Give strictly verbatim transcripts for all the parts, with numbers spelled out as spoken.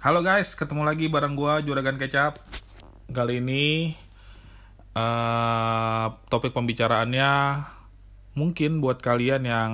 Halo guys, ketemu lagi bareng gua Juragan Kecap. Kali ini uh, topik pembicaraannya mungkin buat kalian yang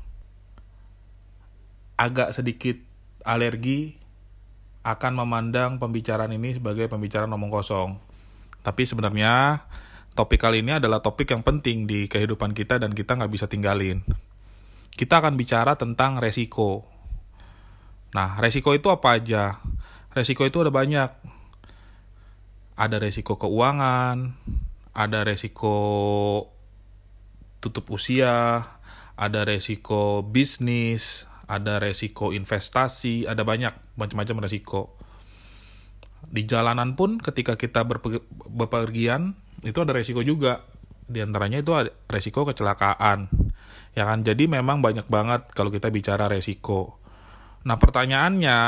agak sedikit alergi akan memandang pembicaraan ini sebagai pembicaraan omong kosong. Tapi sebenarnya topik kali ini adalah topik yang penting di kehidupan kita dan kita nggak bisa tinggalin. Kita akan bicara tentang resiko. Nah, resiko itu apa aja? Resiko itu ada banyak. Ada resiko keuangan, ada resiko tutup usia, ada resiko bisnis, ada resiko investasi, ada banyak macam-macam resiko. Di jalanan pun ketika kita berpe- bepergian, itu ada resiko juga. Di antaranya itu ada resiko kecelakaan. Ya kan? Jadi memang banyak banget kalau kita bicara resiko. Nah, pertanyaannya,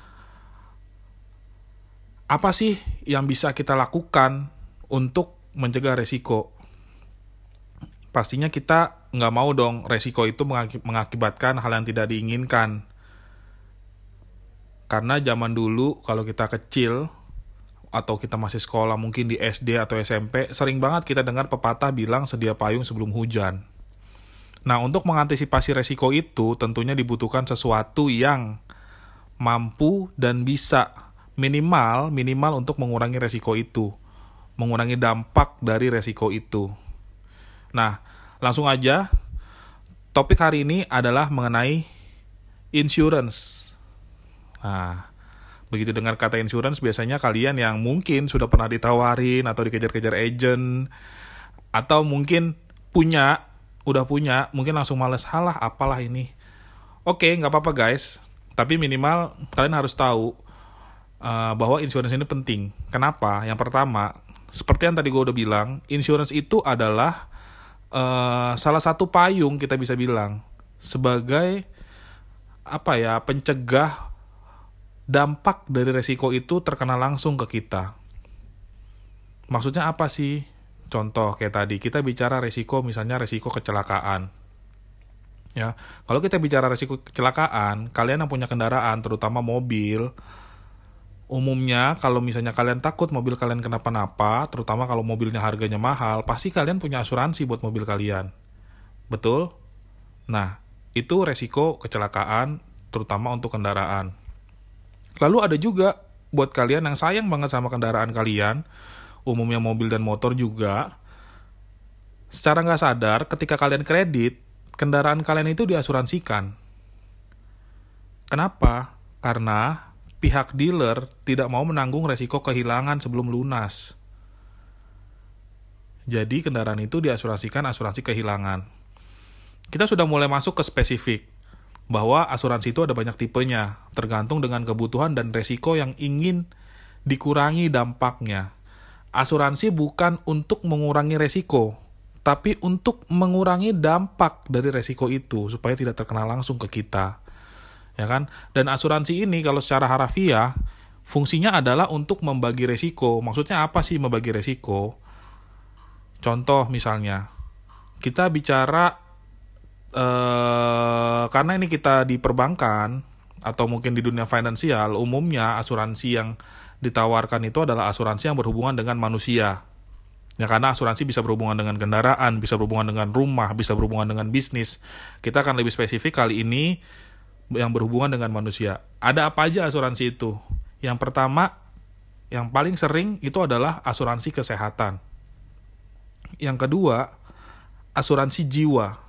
apa sih yang bisa kita lakukan untuk mencegah resiko? Pastinya kita nggak mau dong resiko itu mengakibatkan hal yang tidak diinginkan. Karena zaman dulu kalau kita kecil, atau kita masih sekolah mungkin di S D atau S M P, sering banget kita dengar pepatah bilang sedia payung sebelum hujan. Nah, untuk mengantisipasi resiko itu tentunya dibutuhkan sesuatu yang mampu dan bisa minimal minimal untuk mengurangi resiko itu, mengurangi dampak dari resiko itu. Nah, langsung aja, topik hari ini adalah mengenai insurance. Nah, begitu dengar kata insurance, biasanya kalian yang mungkin sudah pernah ditawarin atau dikejar-kejar agent, atau mungkin punya, udah punya, mungkin langsung males, halah apalah ini. Oke, nggak apa-apa guys, tapi minimal kalian harus tahu Uh, bahwa insurance ini penting. Kenapa? Yang pertama, seperti yang tadi gue udah bilang, insurance itu adalah uh, salah satu payung kita bisa bilang sebagai apa ya, pencegah dampak dari resiko itu terkena langsung ke kita. Maksudnya apa sih? Contoh kayak tadi, kita bicara resiko, misalnya resiko kecelakaan. Ya, kalau kita bicara resiko kecelakaan, kalian yang punya kendaraan, terutama mobil, umumnya kalau misalnya kalian takut mobil kalian kenapa-napa, terutama kalau mobilnya harganya mahal, pasti kalian punya asuransi buat mobil kalian. Betul? Nah, itu resiko kecelakaan, terutama untuk kendaraan. Lalu ada juga buat kalian yang sayang banget sama kendaraan kalian, umumnya mobil dan motor juga, secara nggak sadar ketika kalian kredit, kendaraan kalian itu diasuransikan. Kenapa? Karena pihak dealer tidak mau menanggung resiko kehilangan sebelum lunas. Jadi kendaraan itu diasuransikan asuransi kehilangan. Kita sudah mulai masuk ke spesifik, bahwa asuransi itu ada banyak tipenya, tergantung dengan kebutuhan dan resiko yang ingin dikurangi dampaknya. Asuransi bukan untuk mengurangi resiko, tapi untuk mengurangi dampak dari resiko itu, supaya tidak terkena langsung ke kita. Ya kan? Dan asuransi ini kalau secara harafiah fungsinya adalah untuk membagi resiko. Maksudnya apa sih membagi resiko? Contoh misalnya, kita bicara eh, karena ini kita di perbankan atau mungkin di dunia finansial, umumnya asuransi yang ditawarkan itu adalah asuransi yang berhubungan dengan manusia. Ya, karena asuransi bisa berhubungan dengan kendaraan, bisa berhubungan dengan rumah, bisa berhubungan dengan bisnis. Kita akan lebih spesifik kali ini yang berhubungan dengan manusia. Ada apa aja asuransi itu? Yang pertama, yang paling sering itu adalah asuransi kesehatan. Yang kedua, asuransi jiwa.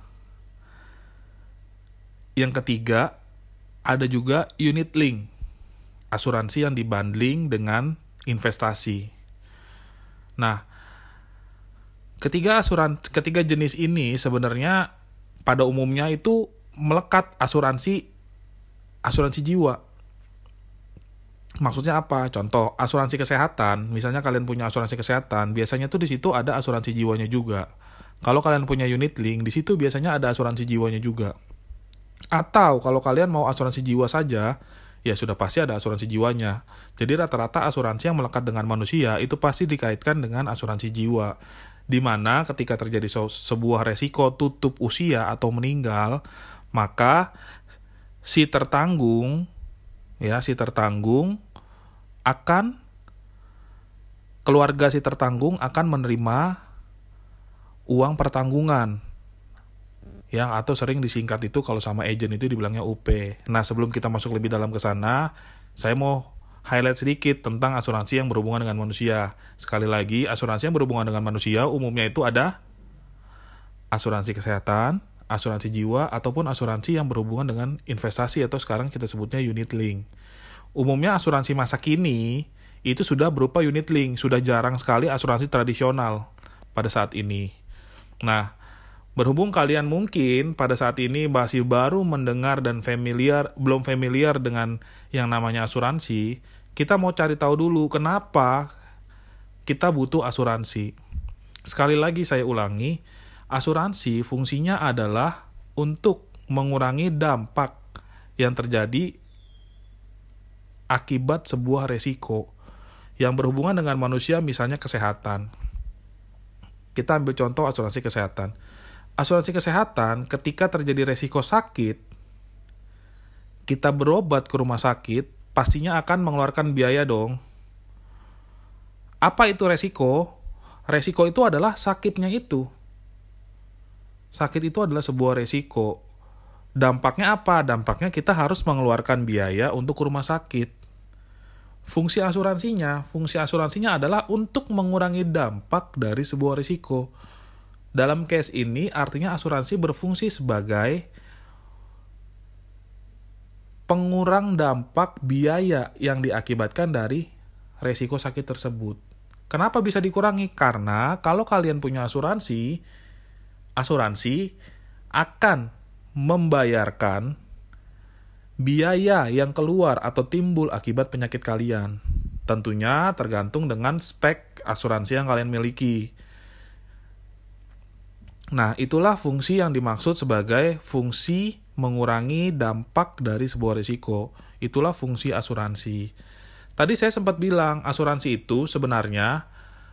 Yang ketiga, ada juga unit link, asuransi yang dibundling dengan investasi. Nah, ketiga asuransi, ketiga jenis ini sebenarnya pada umumnya itu melekat asuransi asuransi jiwa. Maksudnya apa? Contoh, asuransi kesehatan, misalnya kalian punya asuransi kesehatan, biasanya tuh di situ ada asuransi jiwanya juga. Kalau kalian punya unit link, di situ biasanya ada asuransi jiwanya juga. Atau kalau kalian mau asuransi jiwa saja, ya sudah pasti ada asuransi jiwanya. Jadi rata-rata asuransi yang melekat dengan manusia itu pasti dikaitkan dengan asuransi jiwa. Di mana ketika terjadi sebuah resiko tutup usia atau meninggal, maka si tertanggung, ya si tertanggung akan keluarga si tertanggung akan menerima uang pertanggungan, yang atau sering disingkat itu kalau sama agent itu dibilangnya U P. Nah, sebelum kita masuk lebih dalam ke sana, saya mau highlight sedikit tentang asuransi yang berhubungan dengan manusia. Sekali lagi, asuransi yang berhubungan dengan manusia umumnya itu ada asuransi kesehatan, asuransi jiwa, ataupun asuransi yang berhubungan dengan investasi atau sekarang kita sebutnya unit link. Umumnya asuransi masa kini itu sudah berupa unit link, sudah jarang sekali asuransi tradisional pada saat ini. Nah, berhubung kalian mungkin pada saat ini masih baru mendengar dan familiar, belum familiar dengan yang namanya asuransi, kita mau cari tahu dulu kenapa kita butuh asuransi. Sekali lagi saya ulangi, asuransi fungsinya adalah untuk mengurangi dampak yang terjadi akibat sebuah resiko yang berhubungan dengan manusia, misalnya kesehatan. Kita ambil contoh asuransi kesehatan. Asuransi kesehatan, ketika terjadi resiko sakit, kita berobat ke rumah sakit, pastinya akan mengeluarkan biaya dong. Apa itu resiko? Resiko itu adalah sakitnya itu. Sakit itu adalah sebuah resiko. Dampaknya apa? Dampaknya kita harus mengeluarkan biaya untuk ke rumah sakit. Fungsi asuransinya, fungsi asuransinya adalah untuk mengurangi dampak dari sebuah risiko. Dalam case ini artinya asuransi berfungsi sebagai pengurang dampak biaya yang diakibatkan dari resiko sakit tersebut. Kenapa bisa dikurangi? Karena kalau kalian punya asuransi, asuransi akan membayarkan biaya yang keluar atau timbul akibat penyakit kalian. Tentunya tergantung dengan spek asuransi yang kalian miliki. Nah, itulah fungsi yang dimaksud sebagai fungsi mengurangi dampak dari sebuah risiko. Itulah fungsi asuransi. Tadi saya sempat bilang, asuransi itu sebenarnya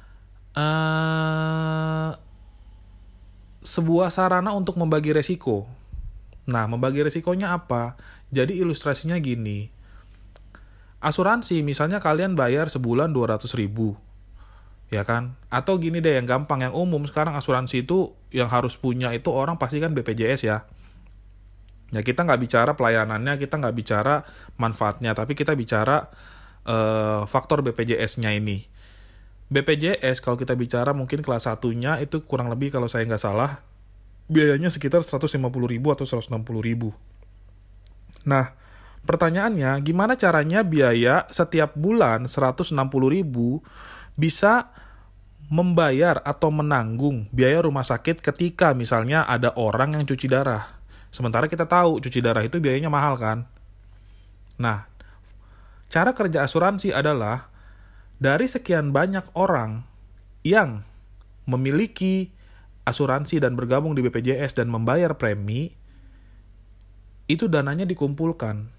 uh, sebuah sarana untuk membagi resiko. Nah, membagi resikonya apa? Jadi ilustrasinya gini. Asuransi, misalnya kalian bayar sebulan dua ratus ribu. Ya kan? Atau gini deh, yang gampang, yang umum sekarang asuransi itu yang harus punya itu orang pasti kan B P J S ya. Ya kita nggak bicara pelayanannya, kita nggak bicara manfaatnya, tapi kita bicara uh, faktor B P J S-nya ini. B P J S kalau kita bicara mungkin kelas satunya itu kurang lebih kalau saya nggak salah, biayanya sekitar seratus lima puluh ribu atau seratus enam puluh ribu. Nah, pertanyaannya, gimana caranya biaya setiap bulan seratus enam puluh ribu bisa membayar atau menanggung biaya rumah sakit ketika misalnya ada orang yang cuci darah. Sementara kita tahu cuci darah itu biayanya mahal kan? Nah, cara kerja asuransi adalah dari sekian banyak orang yang memiliki asuransi dan bergabung di B P J S dan membayar premi, itu dananya dikumpulkan.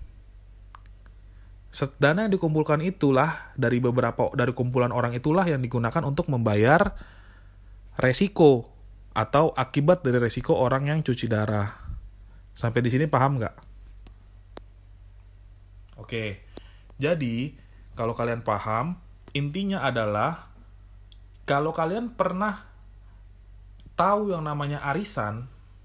Dana yang dikumpulkan itulah dari beberapa dari kumpulan orang itulah yang digunakan untuk membayar resiko atau akibat dari resiko orang yang cuci darah. Sampai di sini paham nggak? Oke, jadi kalau kalian paham, intinya adalah kalau kalian pernah tahu yang namanya arisan,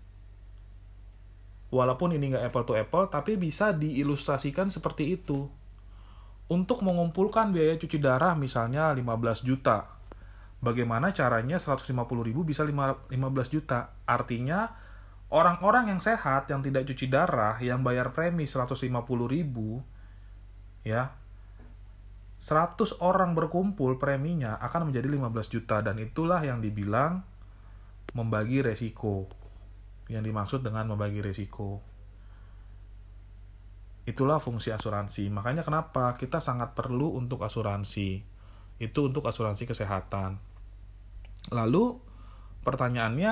walaupun ini nggak apple to apple, tapi bisa diilustrasikan seperti itu. Untuk mengumpulkan biaya cuci darah misalnya lima belas juta. Bagaimana caranya seratus lima puluh ribu bisa lima belas juta? Artinya orang-orang yang sehat, yang tidak cuci darah, yang bayar premi seratus lima puluh ribu, ya, seratus orang berkumpul preminya akan menjadi lima belas juta. Dan itulah yang dibilang membagi resiko. Yang dimaksud dengan membagi resiko. Itulah fungsi asuransi. Makanya kenapa kita sangat perlu untuk asuransi. Itu untuk asuransi kesehatan. Lalu pertanyaannya,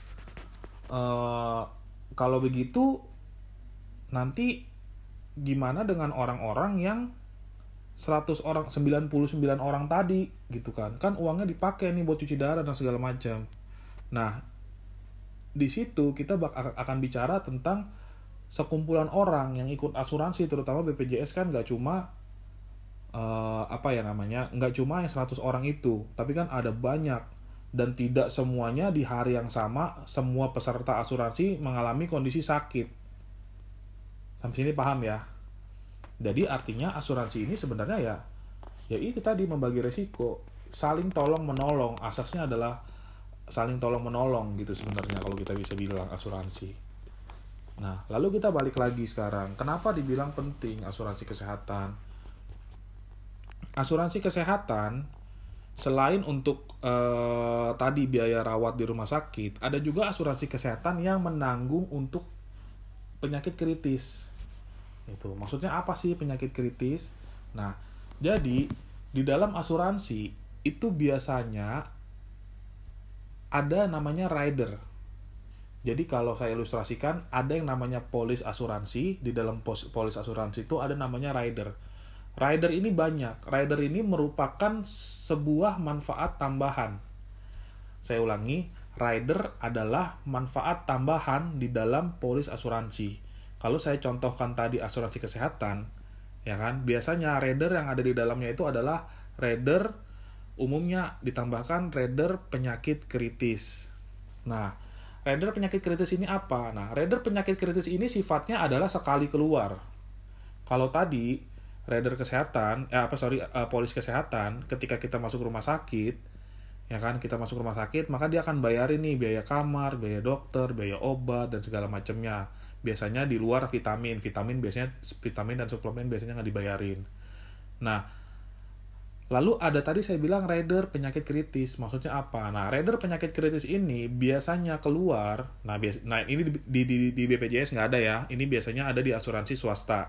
eh, kalau begitu nanti gimana dengan orang-orang yang seratus orang, sembilan puluh sembilan orang tadi gitu kan? Kan uangnya dipakai nih buat cuci darah dan segala macam. Nah, di situ kita bak- akan bicara tentang sekumpulan orang yang ikut asuransi, terutama B P J S kan nggak cuma uh, apa ya namanya, nggak cuma yang seratus orang itu, tapi kan ada banyak, dan tidak semuanya di hari yang sama semua peserta asuransi mengalami kondisi sakit. Sampai sini paham ya? Jadi artinya asuransi ini sebenarnya ya ya itu tadi, membagi resiko, saling tolong menolong. Asasnya adalah saling tolong menolong gitu sebenarnya kalau kita bisa bilang asuransi. Nah, lalu kita balik lagi sekarang. Kenapa dibilang penting asuransi kesehatan? Asuransi kesehatan selain untuk eh, tadi biaya rawat di rumah sakit, ada juga asuransi kesehatan yang menanggung untuk penyakit kritis. Itu maksudnya apa sih penyakit kritis? Nah, jadi di dalam asuransi itu biasanya ada namanya rider. Jadi kalau saya ilustrasikan, ada yang namanya polis asuransi. Di dalam polis asuransi itu ada namanya rider. Rider ini banyak. Rider ini merupakan sebuah manfaat tambahan. Saya ulangi, rider adalah manfaat tambahan di dalam polis asuransi. Kalau saya contohkan tadi asuransi kesehatan, ya kan, biasanya rider yang ada di dalamnya itu adalah rider umumnya ditambahkan rider penyakit kritis. Nah, rider penyakit kritis ini apa? Nah, rider penyakit kritis ini sifatnya adalah sekali keluar. Kalau tadi rider kesehatan, eh apa sorry, uh, polis kesehatan, ketika kita masuk rumah sakit, ya kan, kita masuk rumah sakit, maka dia akan bayarin nih biaya kamar, biaya dokter, biaya obat dan segala macamnya. Biasanya di luar vitamin, vitamin biasanya vitamin dan suplemen biasanya nggak dibayarin. Nah, lalu ada tadi saya bilang rider penyakit kritis, maksudnya apa? Nah, rider penyakit kritis ini biasanya keluar, nah, bias, nah ini di, di, di, di B P J S nggak ada ya, ini biasanya ada di asuransi swasta.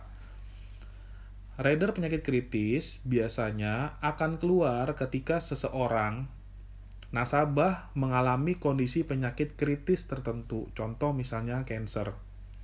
Rider penyakit kritis biasanya akan keluar ketika seseorang, nasabah mengalami kondisi penyakit kritis tertentu, contoh misalnya cancer.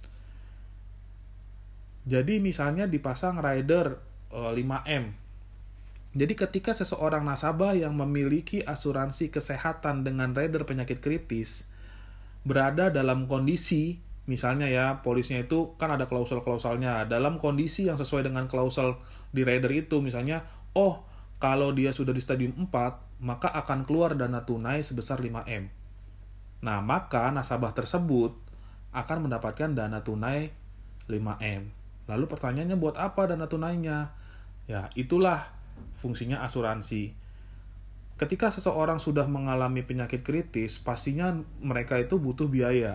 Jadi misalnya dipasang rider e, lima M. Jadi ketika seseorang nasabah yang memiliki asuransi kesehatan dengan rider penyakit kritis berada dalam kondisi, misalnya ya, polisnya itu kan ada klausul-klausulnya, dalam kondisi yang sesuai dengan klausul di rider itu, misalnya, oh, kalau dia sudah di stadium empat, maka akan keluar dana tunai sebesar lima M. Nah, maka nasabah tersebut akan mendapatkan dana tunai lima M. Lalu pertanyaannya, buat apa dana tunainya? Ya, itulah fungsinya asuransi. Ketika seseorang sudah mengalami penyakit kritis, pastinya mereka itu butuh biaya.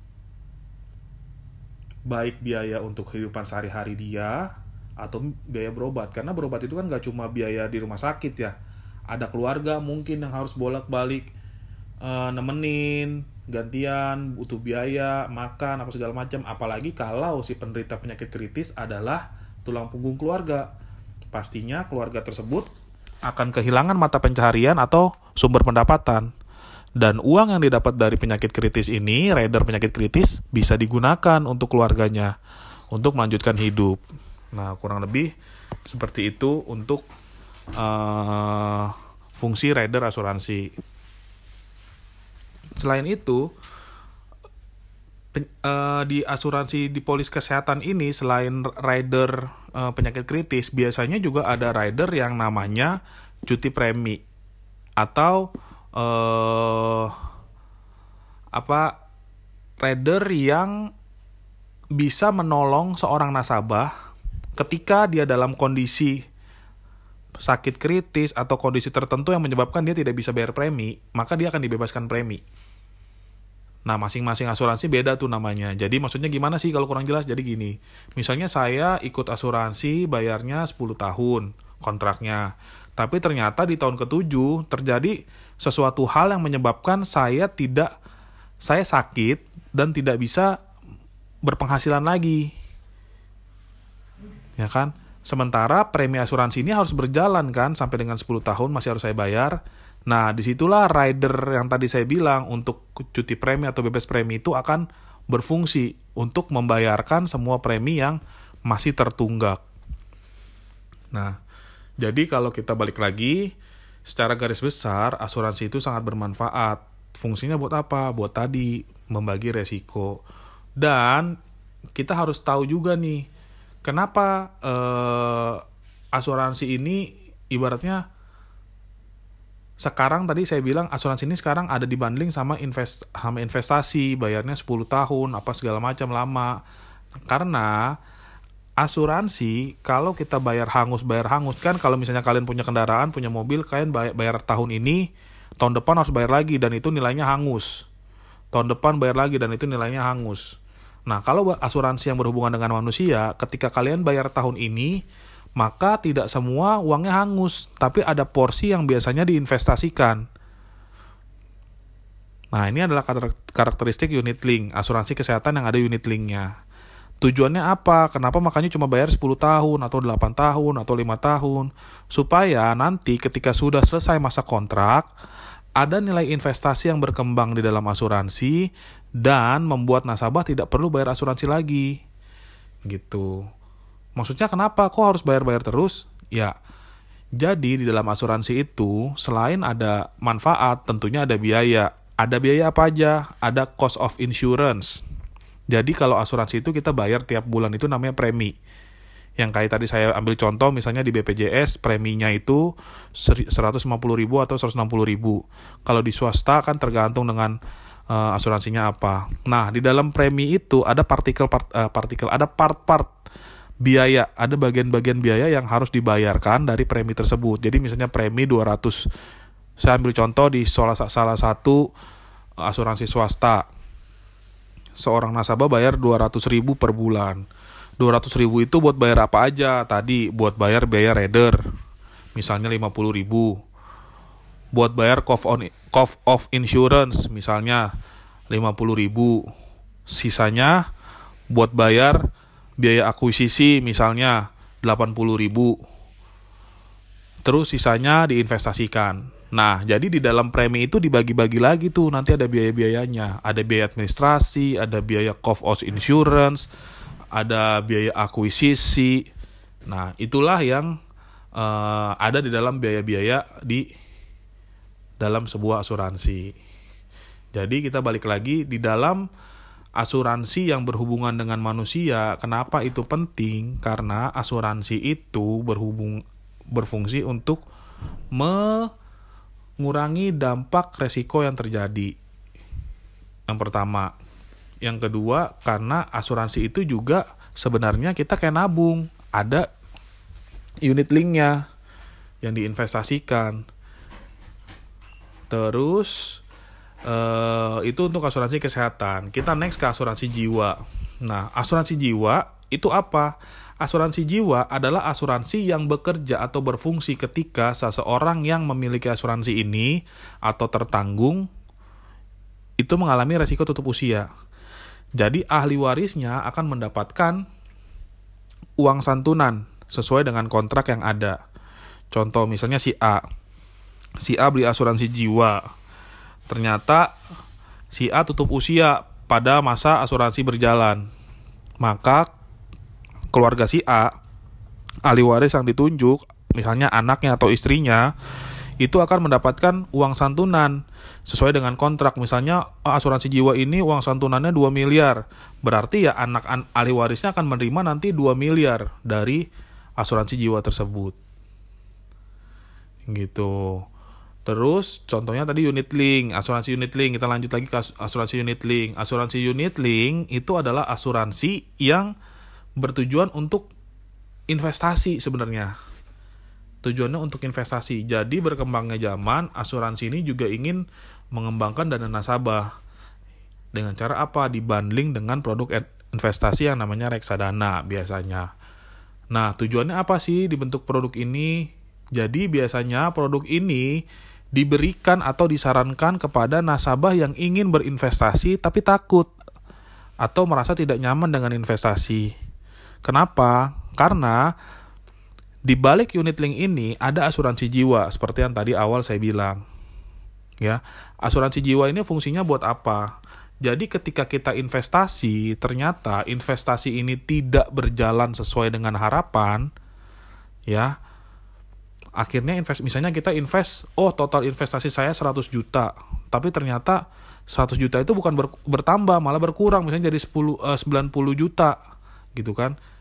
Baik biaya untuk kehidupan sehari-hari dia, atau biaya berobat. Karena berobat itu kan gak cuma biaya di rumah sakit ya. Ada keluarga mungkin yang harus bolak-balik e, nemenin, gantian, butuh biaya, makan, apa segala macam. Apalagi kalau si penderita penyakit kritis adalah tulang punggung keluarga. Pastinya keluarga tersebut akan kehilangan mata pencaharian atau sumber pendapatan. Dan uang yang didapat dari penyakit kritis ini, rider penyakit kritis, bisa digunakan untuk keluarganya, untuk melanjutkan hidup. Nah, kurang lebih seperti itu untuk uh, fungsi rider asuransi. Selain itu, pen, uh, di asuransi di polis kesehatan ini, selain rider uh, penyakit kritis, biasanya juga ada rider yang namanya cuti premi atau uh, apa rider yang bisa menolong seorang nasabah ketika dia dalam kondisi sakit kritis atau kondisi tertentu yang menyebabkan dia tidak bisa bayar premi, maka dia akan dibebaskan premi. Nah, masing-masing asuransi beda tuh namanya. Jadi maksudnya gimana sih kalau kurang jelas? Jadi gini, misalnya saya ikut asuransi bayarnya sepuluh tahun kontraknya, tapi ternyata di tahun ketujuh terjadi sesuatu hal yang menyebabkan saya tidak, saya sakit dan tidak bisa berpenghasilan lagi. Ya kan? Sementara premi asuransi ini harus berjalan kan sampai dengan sepuluh tahun masih harus saya bayar. Nah, disitulah rider yang tadi saya bilang untuk cuti premi atau bebas premi itu akan berfungsi untuk membayarkan semua premi yang masih tertunggak. Nah, jadi kalau kita balik lagi, secara garis besar asuransi itu sangat bermanfaat. Fungsinya buat apa? Buat tadi membagi resiko. Dan kita harus tahu juga nih, kenapa eh, asuransi ini ibaratnya sekarang tadi saya bilang asuransi ini sekarang ada dibundling sama invest sama investasi, bayarnya sepuluh tahun apa segala macam lama. Karena asuransi kalau kita bayar hangus bayar hangus kan, kalau misalnya kalian punya kendaraan, punya mobil, kalian bayar, bayar tahun ini, tahun depan harus bayar lagi dan itu nilainya hangus. Tahun depan bayar lagi dan itu nilainya hangus. Nah, kalau asuransi yang berhubungan dengan manusia, ketika kalian bayar tahun ini, maka tidak semua uangnya hangus, tapi ada porsi yang biasanya diinvestasikan. Nah, ini adalah karakteristik unit link, asuransi kesehatan yang ada unit linknya. Tujuannya apa? Kenapa makanya cuma bayar sepuluh tahun, atau delapan tahun, atau lima tahun? Supaya nanti ketika sudah selesai masa kontrak, ada nilai investasi yang berkembang di dalam asuransi, dan membuat nasabah tidak perlu bayar asuransi lagi. Gitu. Maksudnya kenapa? Kok harus bayar-bayar terus? Ya, jadi di dalam asuransi itu, selain ada manfaat, tentunya ada biaya. Ada biaya apa aja? Ada cost of insurance. Jadi kalau asuransi itu kita bayar tiap bulan itu namanya premi. Yang kayak tadi saya ambil contoh, misalnya di B P J S, preminya itu seratus lima puluh ribu atau seratus enam puluh ribu. Kalau di swasta kan tergantung dengan uh, asuransinya apa. Nah, di dalam premi itu ada partikel, part, uh, partikel, ada part-part biaya, ada bagian-bagian biaya yang harus dibayarkan dari premi tersebut. Jadi misalnya premi dua ratus, saya ambil contoh di salah, salah satu asuransi swasta, seorang nasabah bayar dua ratus ribu per bulan. dua ratus ribu itu buat bayar apa aja? Tadi buat bayar biaya rider, misalnya lima puluh ribu. Buat bayar cost, on, cost of insurance, misalnya lima puluh ribu. Sisanya buat bayar biaya akuisisi, misalnya delapan puluh ribu. Terus sisanya diinvestasikan. Nah, jadi di dalam premi itu dibagi-bagi lagi tuh, nanti ada biaya-biayanya. Ada biaya administrasi, ada biaya cost of insurance, ada biaya akuisisi. Nah, itulah yang uh, ada di dalam biaya-biaya di dalam sebuah asuransi. Jadi kita balik lagi, di dalam asuransi yang berhubungan dengan manusia, kenapa itu penting? Karena asuransi itu berhubung berfungsi untuk mengurangi dampak resiko yang terjadi. Yang pertama. Yang kedua, karena asuransi itu juga sebenarnya kita kayak nabung. Ada unit linknya yang diinvestasikan. Terus Uh, itu untuk asuransi kesehatan. Kita next ke asuransi jiwa. Nah, asuransi jiwa itu apa? Asuransi jiwa adalah asuransi yang bekerja atau berfungsi ketika seseorang yang memiliki asuransi ini atau tertanggung itu mengalami resiko tutup usia. Jadi ahli warisnya akan mendapatkan uang santunan sesuai dengan kontrak yang ada. Contoh misalnya si A. Si A beli asuransi jiwa. Ternyata si A tutup usia pada masa asuransi berjalan. Maka keluarga si A, ahli waris yang ditunjuk, misalnya anaknya atau istrinya, itu akan mendapatkan uang santunan sesuai dengan kontrak. Misalnya asuransi jiwa ini uang santunannya dua miliar. Berarti ya anak ahli warisnya akan menerima nanti dua miliar dari asuransi jiwa tersebut. Gitu. Terus contohnya tadi unit link, asuransi unit link. Kita lanjut lagi ke asuransi unit link. Asuransi unit link itu adalah asuransi yang bertujuan untuk investasi sebenarnya. Tujuannya untuk investasi. Jadi berkembangnya zaman, asuransi ini juga ingin mengembangkan dana nasabah. Dengan cara apa? Dibundling dengan produk investasi yang namanya reksadana biasanya. Nah, tujuannya apa sih dibentuk produk ini? Jadi biasanya produk ini diberikan atau disarankan kepada nasabah yang ingin berinvestasi tapi takut atau merasa tidak nyaman dengan investasi. Kenapa? Karena di balik unit link ini ada asuransi jiwa seperti yang tadi awal saya bilang. Ya, asuransi jiwa ini fungsinya buat apa? Jadi ketika kita investasi, ternyata investasi ini tidak berjalan sesuai dengan harapan, ya. Akhirnya invest, misalnya kita invest, oh total investasi saya seratus juta, tapi ternyata seratus juta itu bukan ber, bertambah, malah berkurang, misalnya jadi sepuluh, eh, sembilan puluh juta, gitu kan.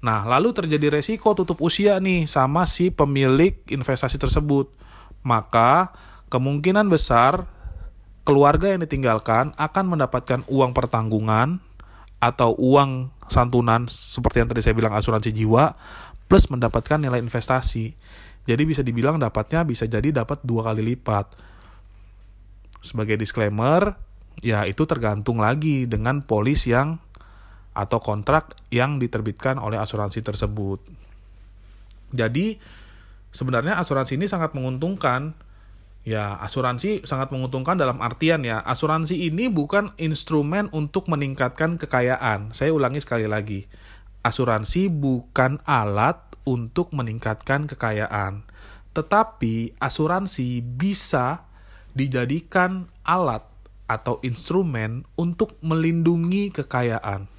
Nah, lalu terjadi resiko tutup usia nih sama si pemilik investasi tersebut. Maka, kemungkinan besar keluarga yang ditinggalkan akan mendapatkan uang pertanggungan atau uang santunan seperti yang tadi saya bilang asuransi jiwa plus mendapatkan nilai investasi. Jadi bisa dibilang dapatnya bisa jadi dapat dua kali lipat. Sebagai disclaimer, ya itu tergantung lagi dengan polis yang atau kontrak yang diterbitkan oleh asuransi tersebut. Jadi sebenarnya asuransi ini sangat menguntungkan. Ya, asuransi sangat menguntungkan dalam artian ya, asuransi ini bukan instrumen untuk meningkatkan kekayaan. Saya ulangi sekali lagi. Asuransi bukan alat untuk meningkatkan kekayaan. Tetapi asuransi bisa dijadikan alat atau instrumen untuk melindungi kekayaan.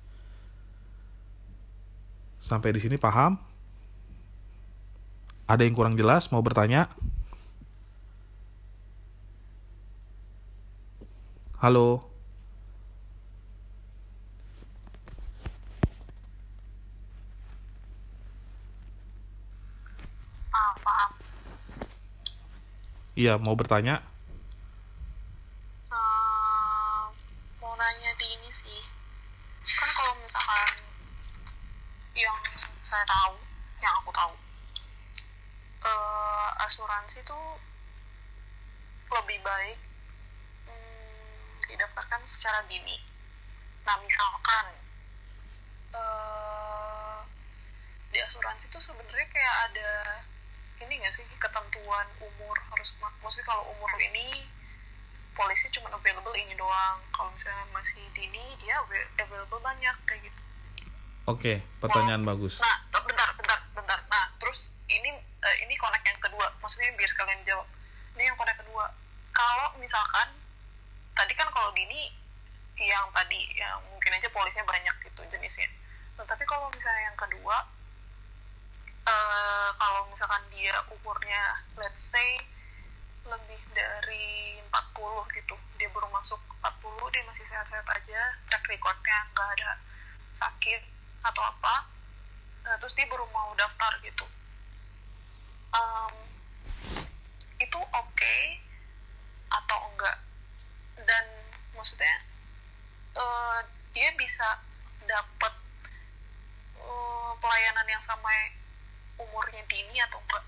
Sampai di sini paham? Ada yang kurang jelas? Mau bertanya? Halo? Ah, paham. Iya, mau bertanya? Eh, mau nanya di ini sih. Kan kalau misalkan yang saya tahu, yang aku tahu, eh, asuransi tuh lebih baik hmm, didaftarkan secara dini. Nah, misalkan eh, di asuransi tuh sebenarnya kayak ada ini nggak sih ketentuan umur harus mak- maksudnya kalau umur ini polisi cuma available ini doang, kalau misalnya masih dini ya available banyak kayak gitu. Oke, pertanyaan Nah, bagus. nah, bentar, bentar, bentar. Nah, terus ini eh, ini connect yang kedua. Maksudnya biar sekalian jawab. Ini yang connect kedua. Kalau misalkan tadi kan kalau dini yang tadi yang mungkin aja polisnya banyak gitu jenisnya. Nah, tapi kalau misalnya yang kedua, eh, kalau misalkan dia umurnya let's say lebih dari empat puluh gitu, dia baru masuk empat puluh, dia masih sehat-sehat aja, track recordnya nggak ada sakit atau apa, nah, terus dia baru mau daftar gitu, um, itu oke okay, atau enggak? Dan maksudnya uh, dia bisa dapat uh, pelayanan yang sama umurnya dini atau enggak?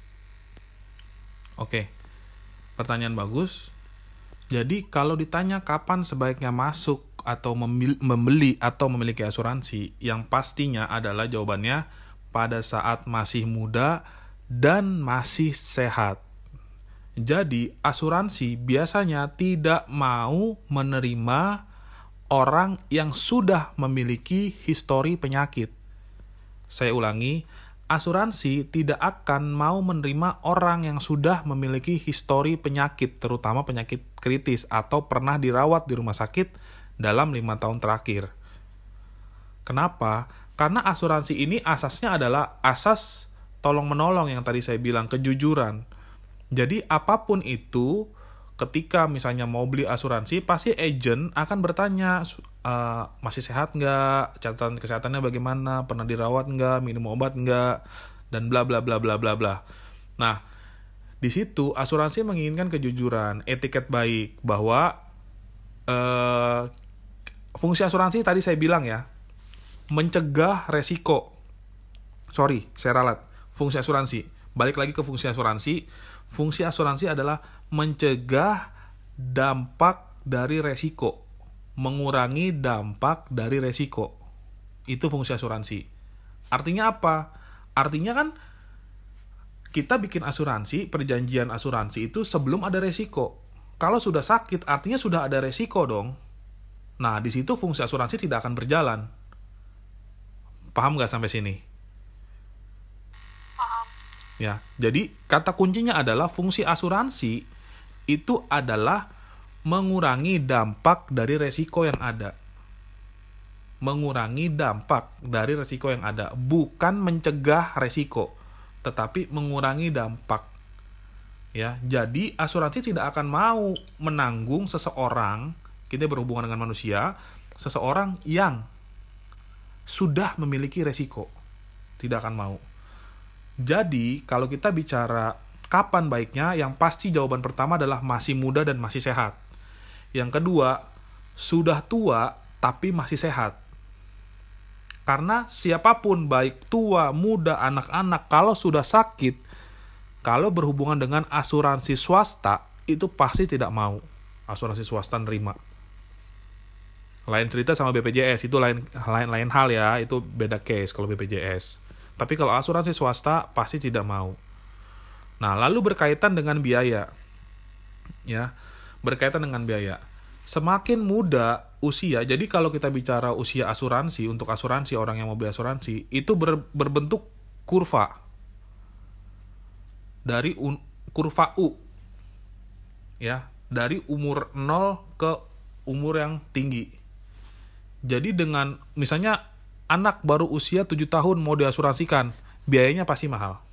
Oke, pertanyaan bagus. Jadi kalau ditanya kapan sebaiknya masuk atau memil- membeli atau memiliki asuransi, yang pastinya adalah jawabannya pada saat masih muda dan masih sehat. Jadi asuransi biasanya tidak mau menerima orang yang sudah memiliki histori penyakit. Saya ulangi, asuransi tidak akan mau menerima orang yang sudah memiliki histori penyakit, terutama penyakit kritis atau pernah dirawat di rumah sakit dalam lima tahun terakhir. Kenapa? Karena asuransi ini asasnya adalah asas tolong-menolong yang tadi saya bilang, kejujuran. Jadi apapun itu, ketika misalnya mau beli asuransi, pasti agent akan bertanya, Uh, masih sehat nggak, catatan kesehatannya bagaimana, pernah dirawat nggak, minum obat nggak, dan bla bla bla bla bla bla. Nah, di situ asuransi menginginkan kejujuran, etiket baik, bahwa uh, fungsi asuransi tadi saya bilang ya, mencegah resiko. Sorry, saya ralat. Fungsi asuransi, balik lagi ke fungsi asuransi. Fungsi asuransi adalah mencegah dampak dari resiko, mengurangi dampak dari resiko. Itu fungsi asuransi. Artinya apa? Artinya kan kita bikin asuransi, perjanjian asuransi itu sebelum ada resiko. Kalau sudah sakit, artinya sudah ada resiko dong. Nah, di situ fungsi asuransi tidak akan berjalan. Paham nggak sampai sini? Paham. Ya, jadi kata kuncinya adalah fungsi asuransi itu adalah mengurangi dampak dari resiko yang ada. Mengurangi dampak dari resiko yang ada. Bukan mencegah resiko, tetapi mengurangi dampak. Ya, jadi asuransi tidak akan mau menanggung seseorang, kita berhubungan dengan manusia, seseorang yang sudah memiliki resiko, tidak akan mau. Jadi kalau kita bicara kapan baiknya, yang pasti jawaban pertama adalah masih muda dan masih sehat. Yang kedua, sudah tua tapi masih sehat. Karena siapapun, baik tua, muda, anak-anak, kalau sudah sakit, kalau berhubungan dengan asuransi swasta, itu pasti tidak mau. Asuransi swasta nerima. Lain cerita sama B P J S, itu lain lain lain hal ya, itu beda case kalau B P J S. Tapi kalau asuransi swasta pasti tidak mau. Nah, lalu berkaitan dengan biaya. Ya, berkaitan dengan biaya. Semakin muda usia, jadi kalau kita bicara usia asuransi, untuk asuransi, orang yang mau beli asuransi, itu ber, berbentuk kurva. Dari un, kurva U. Ya, dari umur nol ke umur yang tinggi. Jadi dengan, misalnya anak baru usia tujuh tahun mau diasuransikan, biayanya pasti mahal.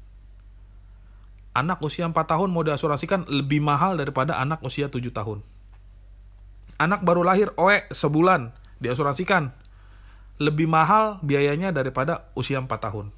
Anak usia empat tahun mau diasuransikan lebih mahal daripada anak usia tujuh tahun. Anak baru lahir, oe, sebulan, diasuransikan. Lebih mahal biayanya daripada usia empat tahun.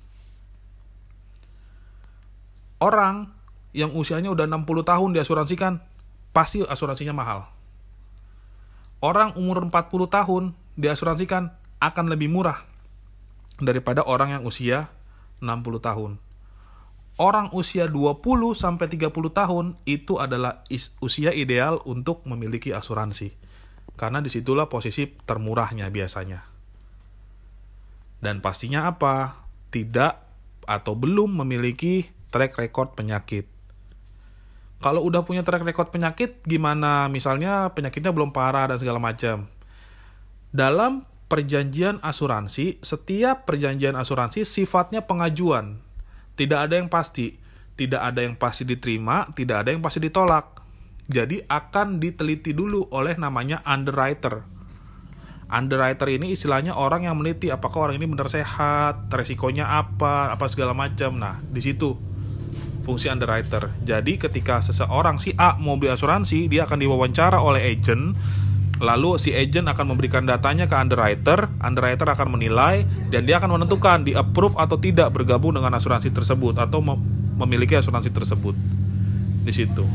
Orang yang usianya udah enam puluh tahun diasuransikan, pasti asuransinya mahal. Orang umur empat puluh tahun diasuransikan akan lebih murah daripada orang yang usia enam puluh tahun. Orang usia dua puluh sampai tiga puluh tahun itu adalah is- usia ideal untuk memiliki asuransi. Karena disitulah posisi termurahnya biasanya. Dan pastinya apa? Tidak atau belum memiliki track record penyakit. Kalau udah punya track record penyakit, gimana? Misalnya penyakitnya belum parah dan segala macam. Dalam perjanjian asuransi, setiap perjanjian asuransi sifatnya pengajuan. Tidak ada yang pasti. Tidak ada yang pasti diterima, tidak ada yang pasti ditolak. Jadi akan diteliti dulu oleh namanya underwriter. Underwriter ini istilahnya orang yang meneliti apakah orang ini benar sehat, resikonya apa, apa segala macam. Nah, di situ fungsi underwriter. Jadi ketika seseorang si A mau beli asuransi, dia akan diwawancara oleh agent. Lalu si agent akan memberikan datanya ke underwriter, underwriter akan menilai, dan dia akan menentukan di approve atau tidak bergabung dengan asuransi tersebut atau mem- memiliki asuransi tersebut. Di situ.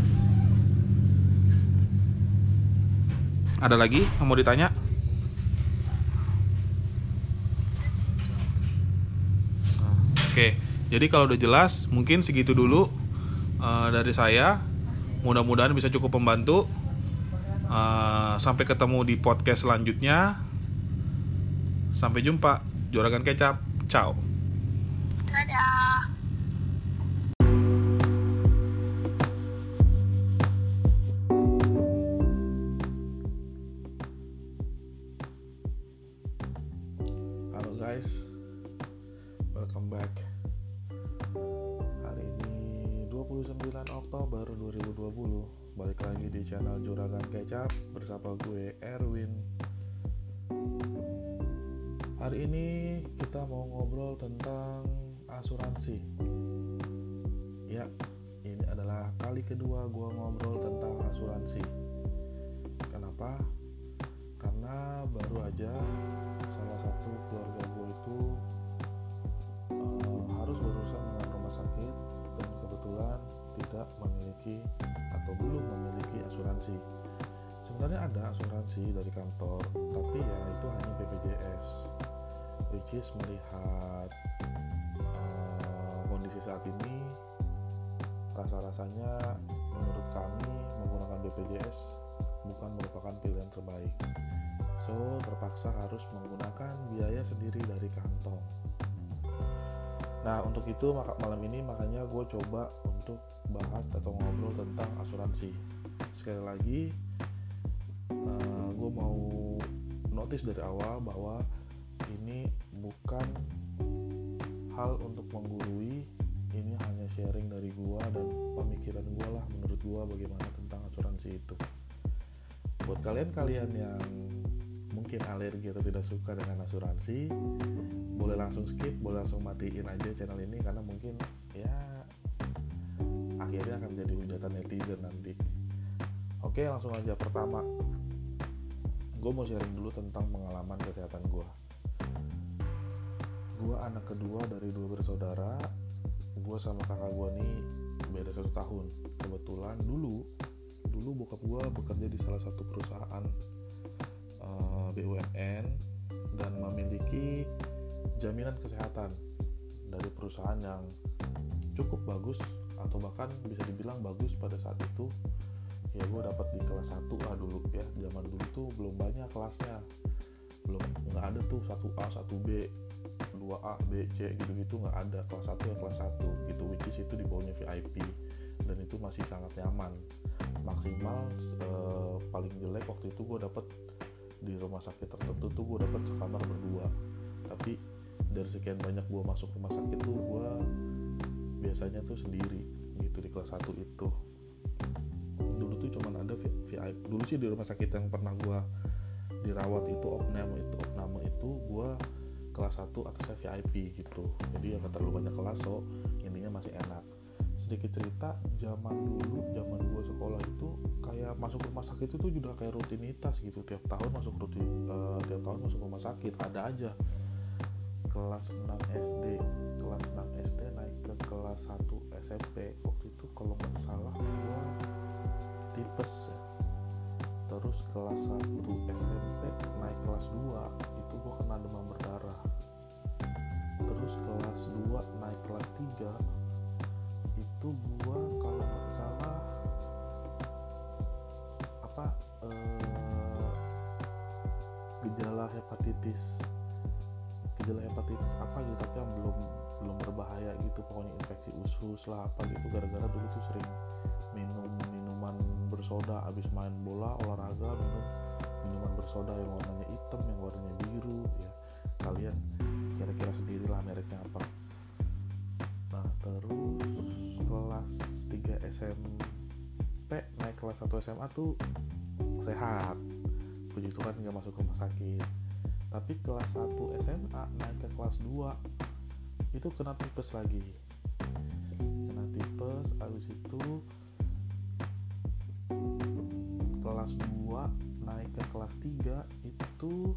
Ada lagi yang mau ditanya? Oke, jadi kalau udah jelas, mungkin segitu dulu uh, dari saya. Mudah-mudahan bisa cukup membantu. Uh, sampai ketemu di podcast selanjutnya. Sampai jumpa. Juragan Kecap. Ciao. Dadah. Halo guys. Welcome back. Hari ini dua puluh sembilan Oktober dua ribu dua puluh. Balik lagi di channel Juragan Kecap bersama gue Erwin. Hari ini kita mau ngobrol tentang asuransi. Ya, ini adalah kali kedua gue ngobrol tentang asuransi. Kenapa? Karena baru aja salah satu keluarga gue itu uh, harus berurusan dengan rumah sakit dan kebetulan tidak memiliki atau belum memiliki asuransi. Sebenarnya ada asuransi dari kantor, tapi ya itu hanya B P J S, which is melihat uh, kondisi saat ini, rasa-rasanya menurut kami menggunakan B P J S bukan merupakan pilihan terbaik. So terpaksa harus menggunakan biaya sendiri dari kantong. Nah untuk itu maka malam ini makanya gue coba untuk bahas atau ngobrol tentang asuransi. Sekali lagi uh, gue mau notice dari awal bahwa ini bukan hal untuk menggurui, ini hanya sharing dari gue dan pemikiran gue lah menurut gue bagaimana tentang asuransi itu. Buat kalian-kalian yang mungkin alergi atau tidak suka dengan asuransi, boleh langsung skip, boleh langsung matiin aja channel ini karena mungkin ya akhirnya akan menjadi hujatan netizen nanti. Oke, langsung aja. Pertama, gue mau sharing dulu tentang pengalaman kesehatan gue. gue anak kedua dari dua bersaudara. Gue sama kakak gue nih beda satu tahun. Kebetulan dulu dulu bokap gue bekerja di salah satu perusahaan uh, B U M N dan memiliki jaminan kesehatan dari perusahaan yang cukup bagus, atau bahkan bisa dibilang bagus pada saat itu. Ya gue dapat di kelas satu A dulu ya. Zaman dulu tuh belum banyak kelasnya, belum nggak ada tuh satu A, satu B, dua A, B, C gitu-gitu, nggak ada. Kelas satu ya kelas satu gitu, which is itu di bawahnya V I P, dan itu masih sangat nyaman. Maksimal eh, paling jelek waktu itu gue dapat di rumah sakit tertentu tuh gue dapat sekamar berdua. Tapi dari sekian banyak gue masuk rumah sakit tuh gue biasanya tuh sendiri gitu di kelas satu itu. Dulu tuh cuman ada V I P. Dulu sih di rumah sakit yang pernah gue dirawat itu opname itu opname itu gue kelas satu atasnya V I P gitu. Jadi ya gak terlalu banyak kelas, so intinya masih enak. Sedikit cerita, zaman dulu zaman gue sekolah itu kayak masuk rumah sakit itu juga kayak rutinitas gitu. Tiap tahun masuk rutin uh, tiap tahun masuk rumah sakit ada aja. Kelas enam S D kelas enam S D naik ke kelas satu S M P waktu itu kalau nggak salah gue tipes ya. Terus kelas satu S M P naik kelas dua itu gue kena demam berdarah. Terus kelas dua naik kelas tiga itu gue kalau nggak salah apa eh, gejala hepatitis gejala hepatitis apa gitu, tapi yang belum belum berbahaya gitu, pokoknya infeksi usus lah apa gitu, gara-gara dulu tuh sering minum minuman bersoda abis main bola olahraga, minum minuman bersoda yang warnanya hitam, yang warnanya biru ya. Kalian kira-kira sendirilah mereknya apa. Nah terus kelas tiga S M P naik kelas satu S M A tuh sehat, puji Tuhan gak masuk rumah sakit. Tapi kelas satu S M A naik ke kelas dua itu kena tipes lagi. Kena tipes, abis itu kelas dua naik ke kelas tiga itu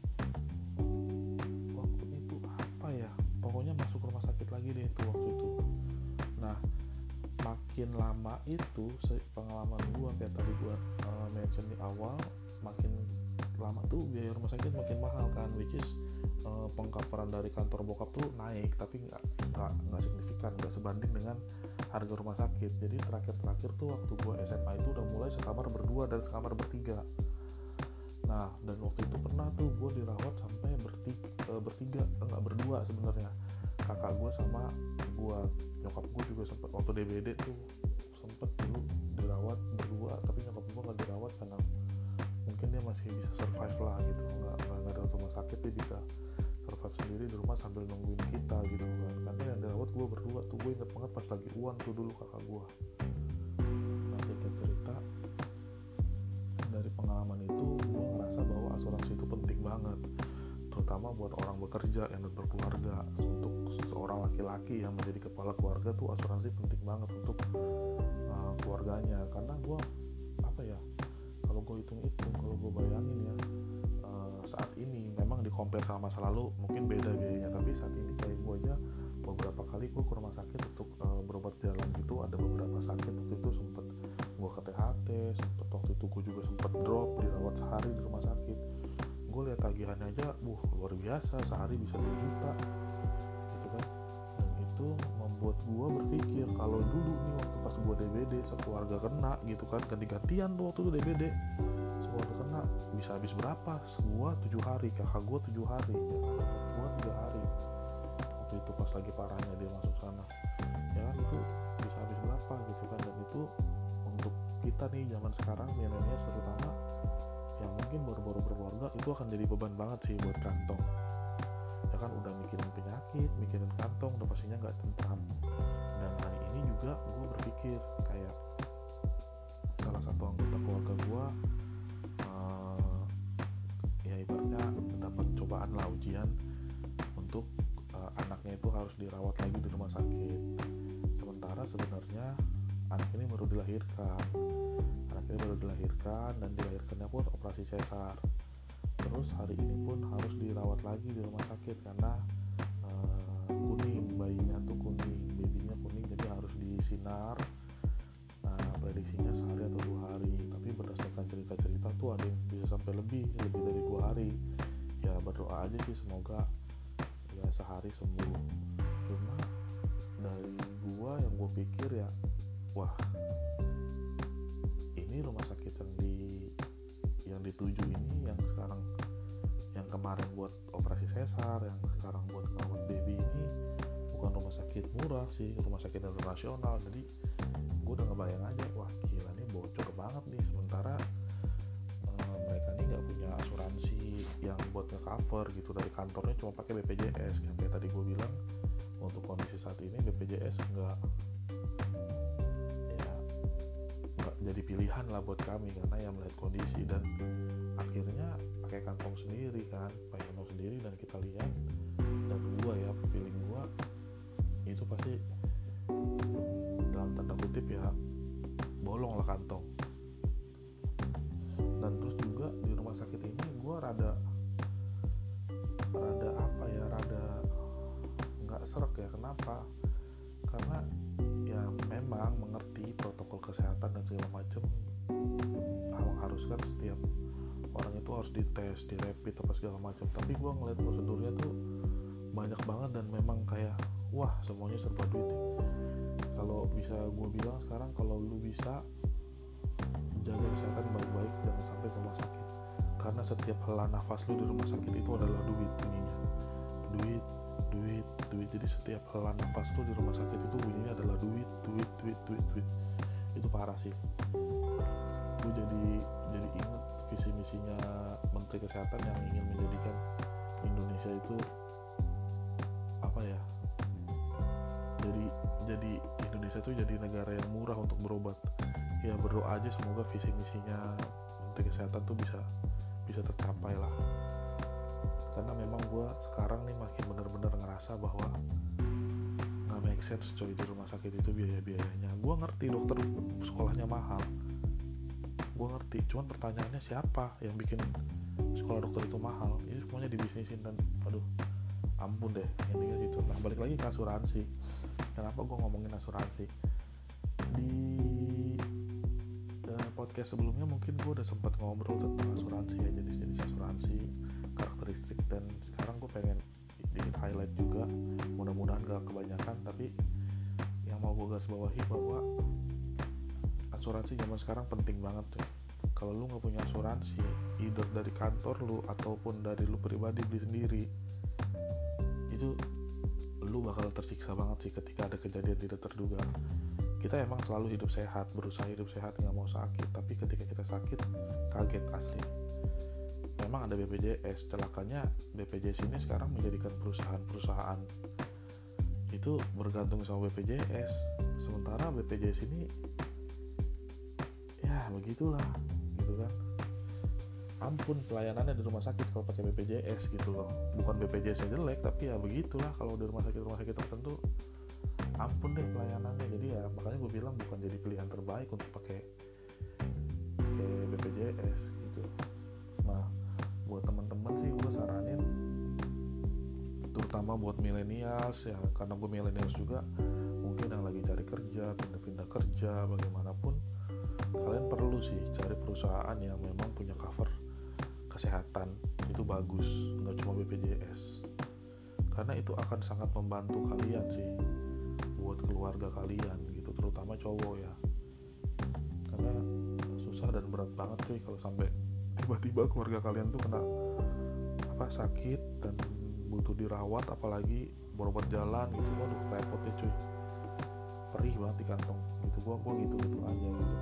waktu itu apa ya, pokoknya masuk rumah sakit lagi deh itu waktu itu. Nah makin lama itu pengalaman gua kayak tadi gua uh, mention di awal, makin lama tuh biaya rumah sakit makin mahal kan, which is uh, pengkaparan dari kantor bokap tuh naik, tapi nggak nggak nggak signifikan, nggak sebanding dengan harga rumah sakit. Jadi terakhir-terakhir tuh waktu gua S M A itu udah mulai sekamar berdua dan sekamar bertiga. Nah dan waktu itu pernah tuh gua dirawat sampai bertiga, uh, bertiga nggak berdua sebenarnya, kakak gua sama gua. Nyokap gua juga sempet waktu D B D tuh sempet dulu dirawat berdua, tapi nyokap gua nggak dirawat karena mungkin dia masih bisa survive lah gitu, nggak nggak ada rumah sakit, dia bisa survive sendiri di rumah sambil nungguin kita gitu kan. Karena yang dirawat gue berdua tuh, gue inget banget pas lagi uan tuh dulu kakak gue. Nah singkat cerita, dari pengalaman itu gue ngerasa bahwa asuransi itu penting banget, terutama buat orang bekerja yang berkeluarga. Untuk seorang laki-laki yang menjadi kepala keluarga tuh asuransi penting banget untuk uh, keluarganya. Karena gue apa ya, kalau gue hitung-hitung, kalau gue bayangin ya, uh, saat ini memang di compare sama masa lalu mungkin beda biayanya, tapi saat ini kayak gue aja beberapa kali gue ke rumah sakit untuk uh, berobat jalan gitu. Ada beberapa sakit waktu itu sempet gue ke T H T, sempet waktu itu gue juga sempet drop dirawat sehari di rumah sakit. Gue lihat tagihannya aja, buh luar biasa, sehari bisa dua juta gitu kan. Dan itu membuat gue berpikir kalau dulu nih waktu pas gue D B D sekeluarga kena gitu kan, ganti-gantian tuh waktu itu D B D sekeluarga kena, bisa habis berapa? Gua tujuh hari, kakak gue tujuh hari, ya kan, gue tiga hari waktu itu pas lagi parahnya dia masuk sana, ya kan, itu bisa habis berapa gitu kan. Dan itu untuk kita nih zaman sekarang milenial terutama yang mungkin baru-baru berkeluarga, itu akan jadi beban banget sih buat kantong, ya kan, udah mikirin penyakit, mikirin kantong, udah pastinya nggak tentram. Dan hari ini juga gue berpikir kayak salah satu anggota keluarga gue uh, ya ibaratnya dapat cobaan lah, ujian untuk uh, anaknya itu harus dirawat lagi di rumah sakit. Sementara sebenarnya anak ini baru dilahirkan anak ini baru dilahirkan dan dilahirkannya pun operasi sesar. Terus hari ini pun harus dirawat lagi di rumah sakit karena uh, kuning, bayinya tuh kuning, babynya kuning, jadi harus disinar. Nah prediksinya sehari atau dua hari, tapi berdasarkan cerita-cerita tuh ada yang bisa sampai lebih lebih dari dua hari. Ya berdoa aja sih semoga ya sehari sembuh. Cuma dari gua yang gua pikir ya, wah ini rumah sakit yang di yang dituju ini, yang sekarang yang kemarin buat operasi sesar, yang sekarang buat ngerawat baby ini bukan rumah sakit murah sih, rumah sakit internasional. Jadi gue udah ngebayang aja, wah gila nih bocor banget nih. Sementara eh, mereka nih nggak punya asuransi yang buat nge-cover gitu, dari kantornya cuma pakai B P J S. Yang kayak tadi gue bilang, untuk kondisi saat ini B P J S nggak ya nggak jadi pilihan lah buat kami, karena yang melihat kondisi dan akhirnya pakai kantong sendiri kan, pakai kantong sendiri. Dan kita lihat, dan gua ya feeling gua itu pasti dalam tanda kutip ya bolong lah kantong. Dan terus juga di rumah sakit ini gua rada rada apa ya rada nggak serak ya. Kenapa? Karena ya memang mengerti protokol kesehatan dan segala macam, mengharuskan setiap orang itu harus dites, di rapid apa segala macam. Tapi gue ngeliat prosedurnya tuh banyak banget dan memang kayak wah semuanya serba duit ya. Kalau bisa gue bilang sekarang, kalau lu bisa jaga kesehatan baik-baik, jangan sampai ke rumah sakit, karena setiap hela nafas lu di rumah sakit itu adalah duit bunyinya, duit duit duit. Jadi setiap hela nafas lu di rumah sakit itu bunyinya adalah duit duit duit duit duit. Itu parah sih. Gue jadi jadi inget visi misinya Menteri Kesehatan yang ingin menjadikan Indonesia itu apa ya, jadi jadi Indonesia itu jadi negara yang murah untuk berobat. Ya berdoa aja semoga visi misinya Menteri Kesehatan tuh bisa bisa tercapai lah. Karena memang gue sekarang nih makin bener-bener ngerasa bahwa nggak make sense coy di rumah sakit itu biaya-biayanya. Gue ngerti dokter sekolahnya mahal, gue ngerti, cuman pertanyaannya siapa yang bikin sekolah dokter itu mahal? Ini semuanya dibisnisin dan aduh ampun deh, intinya gitu. Nah balik lagi ke asuransi. Kenapa gue ngomongin asuransi? Di uh, podcast sebelumnya mungkin gue udah sempat ngobrol tentang asuransi ya, jenis-jenis asuransi, karakteristik, dan sekarang gue pengen bikin highlight juga, mudah-mudahan gak kebanyakan, tapi yang mau gue garis bawahi bahwa asuransi zaman sekarang penting banget tuh. Kalau lu nggak punya asuransi, either dari kantor lu ataupun dari lu pribadi beli sendiri, itu lu bakal tersiksa banget sih ketika ada kejadian tidak terduga. Kita emang selalu hidup sehat, berusaha hidup sehat, nggak mau sakit, tapi ketika kita sakit kaget asli. Memang ada B P J S, celakanya B P J S ini sekarang menjadikan perusahaan-perusahaan itu bergantung sama B P J S. Sementara B P J S ini ya begitulah gitu kan. Ampun pelayanannya di rumah sakit kalau pakai B P J S gitu loh. Bukan B P J S nya jelek, tapi ya begitulah kalau di rumah sakit rumah sakit tertentu, ampun deh pelayanannya. Jadi ya makanya gue bilang bukan jadi pilihan terbaik untuk pakai pakai B P J S gitu. Nah buat teman-teman sih gue saranin, terutama buat millennials ya, karena gue millennials juga, mungkin yang lagi cari kerja, pindah-pindah kerja, bagaimanapun kalian perlu sih cari perusahaan yang memang punya cover kesehatan itu bagus, nggak cuma B P J S, karena itu akan sangat membantu kalian sih buat keluarga kalian gitu, terutama cowok ya, karena susah dan berat banget cuy kalau sampai tiba-tiba keluarga kalian tuh kena apa sakit dan butuh dirawat, apalagi berobat jalan gitu, waduh repot ya cuy, perih banget di kantong gitu. Gua gua gitu gitu aja gitu.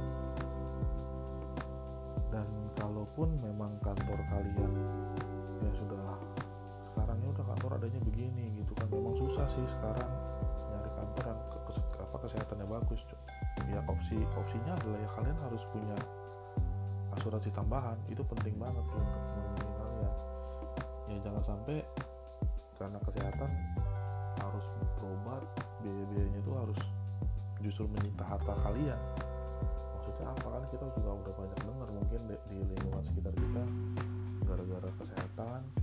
Dan kalaupun memang kantor kalian ya sudah sekarang ya udah kantor adanya begini gitu kan, memang susah sih sekarang nyari kantor yang ke, ke, apa kesehatannya bagus cuy. Ya opsi opsinya adalah ya kalian harus punya asuransi tambahan, itu penting banget sih untuk melindungi kalian. Ya jangan sampai karena kesehatan harus berobat, biaya-biayanya itu harus justru menyita harta kalian. Maksudnya apa, kan kita juga udah banyak dengar mungkin di, di lingkungan sekitar kita, gara-gara kesehatan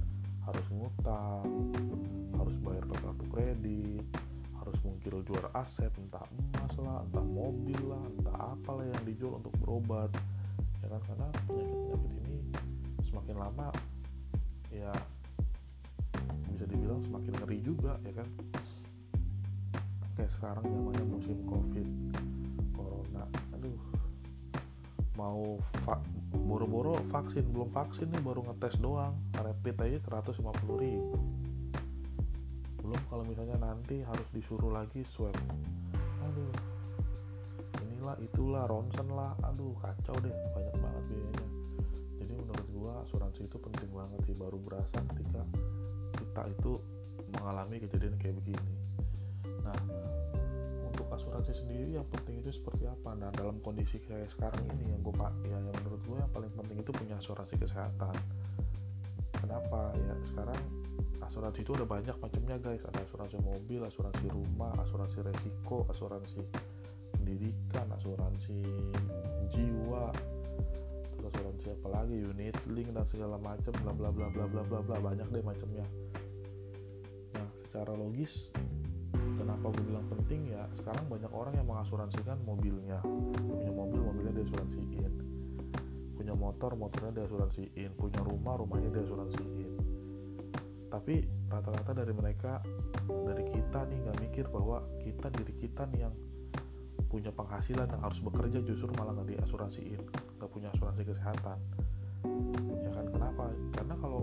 harus ngutang, harus bayar pakai kartu kredit, harus mungkil jual aset, entah emas lah, entah mobil lah, entah apalah yang dijual untuk berobat, ya kan, karena penyakit-penyakit ini semakin lama ya bisa dibilang semakin ngeri juga, ya kan. Kayak sekarang namanya musim covid, corona, aduh, mau va- boro-boro vaksin, belum vaksin nih, baru ngetes doang, rapid aja seratus lima puluh ribu, belum kalau misalnya nanti harus disuruh lagi swab, aduh, inilah itulah, ronsen lah, aduh kacau deh, banyak banget biayanya. Jadi menurut gua asuransi itu penting banget sih, baru berasa ketika kita itu mengalami kejadian kayak begini. Nah, untuk asuransi sendiri yang penting itu seperti apa? Nah, dalam kondisi kayak sekarang ini yang gua ya yang menurut gua yang paling penting itu punya asuransi kesehatan. Kenapa? Ya sekarang asuransi itu udah banyak macamnya guys, ada asuransi mobil, asuransi rumah, asuransi resiko, asuransi pendidikan, asuransi jiwa, terus asuransi apa lagi, unit link dan segala macam, bla bla bla bla bla bla bla, banyak deh macamnya. Nah, secara logis kenapa gue bilang penting, ya sekarang banyak orang yang mengasuransikan mobilnya, punya mobil, mobilnya diasuransiin, punya motor, motornya diasuransiin, punya rumah, rumahnya diasuransiin. Tapi rata-rata dari mereka, dari kita nih nggak mikir bahwa kita, diri kita nih yang punya penghasilan yang harus bekerja justru malah nggak diasuransiin, nggak punya asuransi kesehatan. Ya kan, kenapa? Karena kalau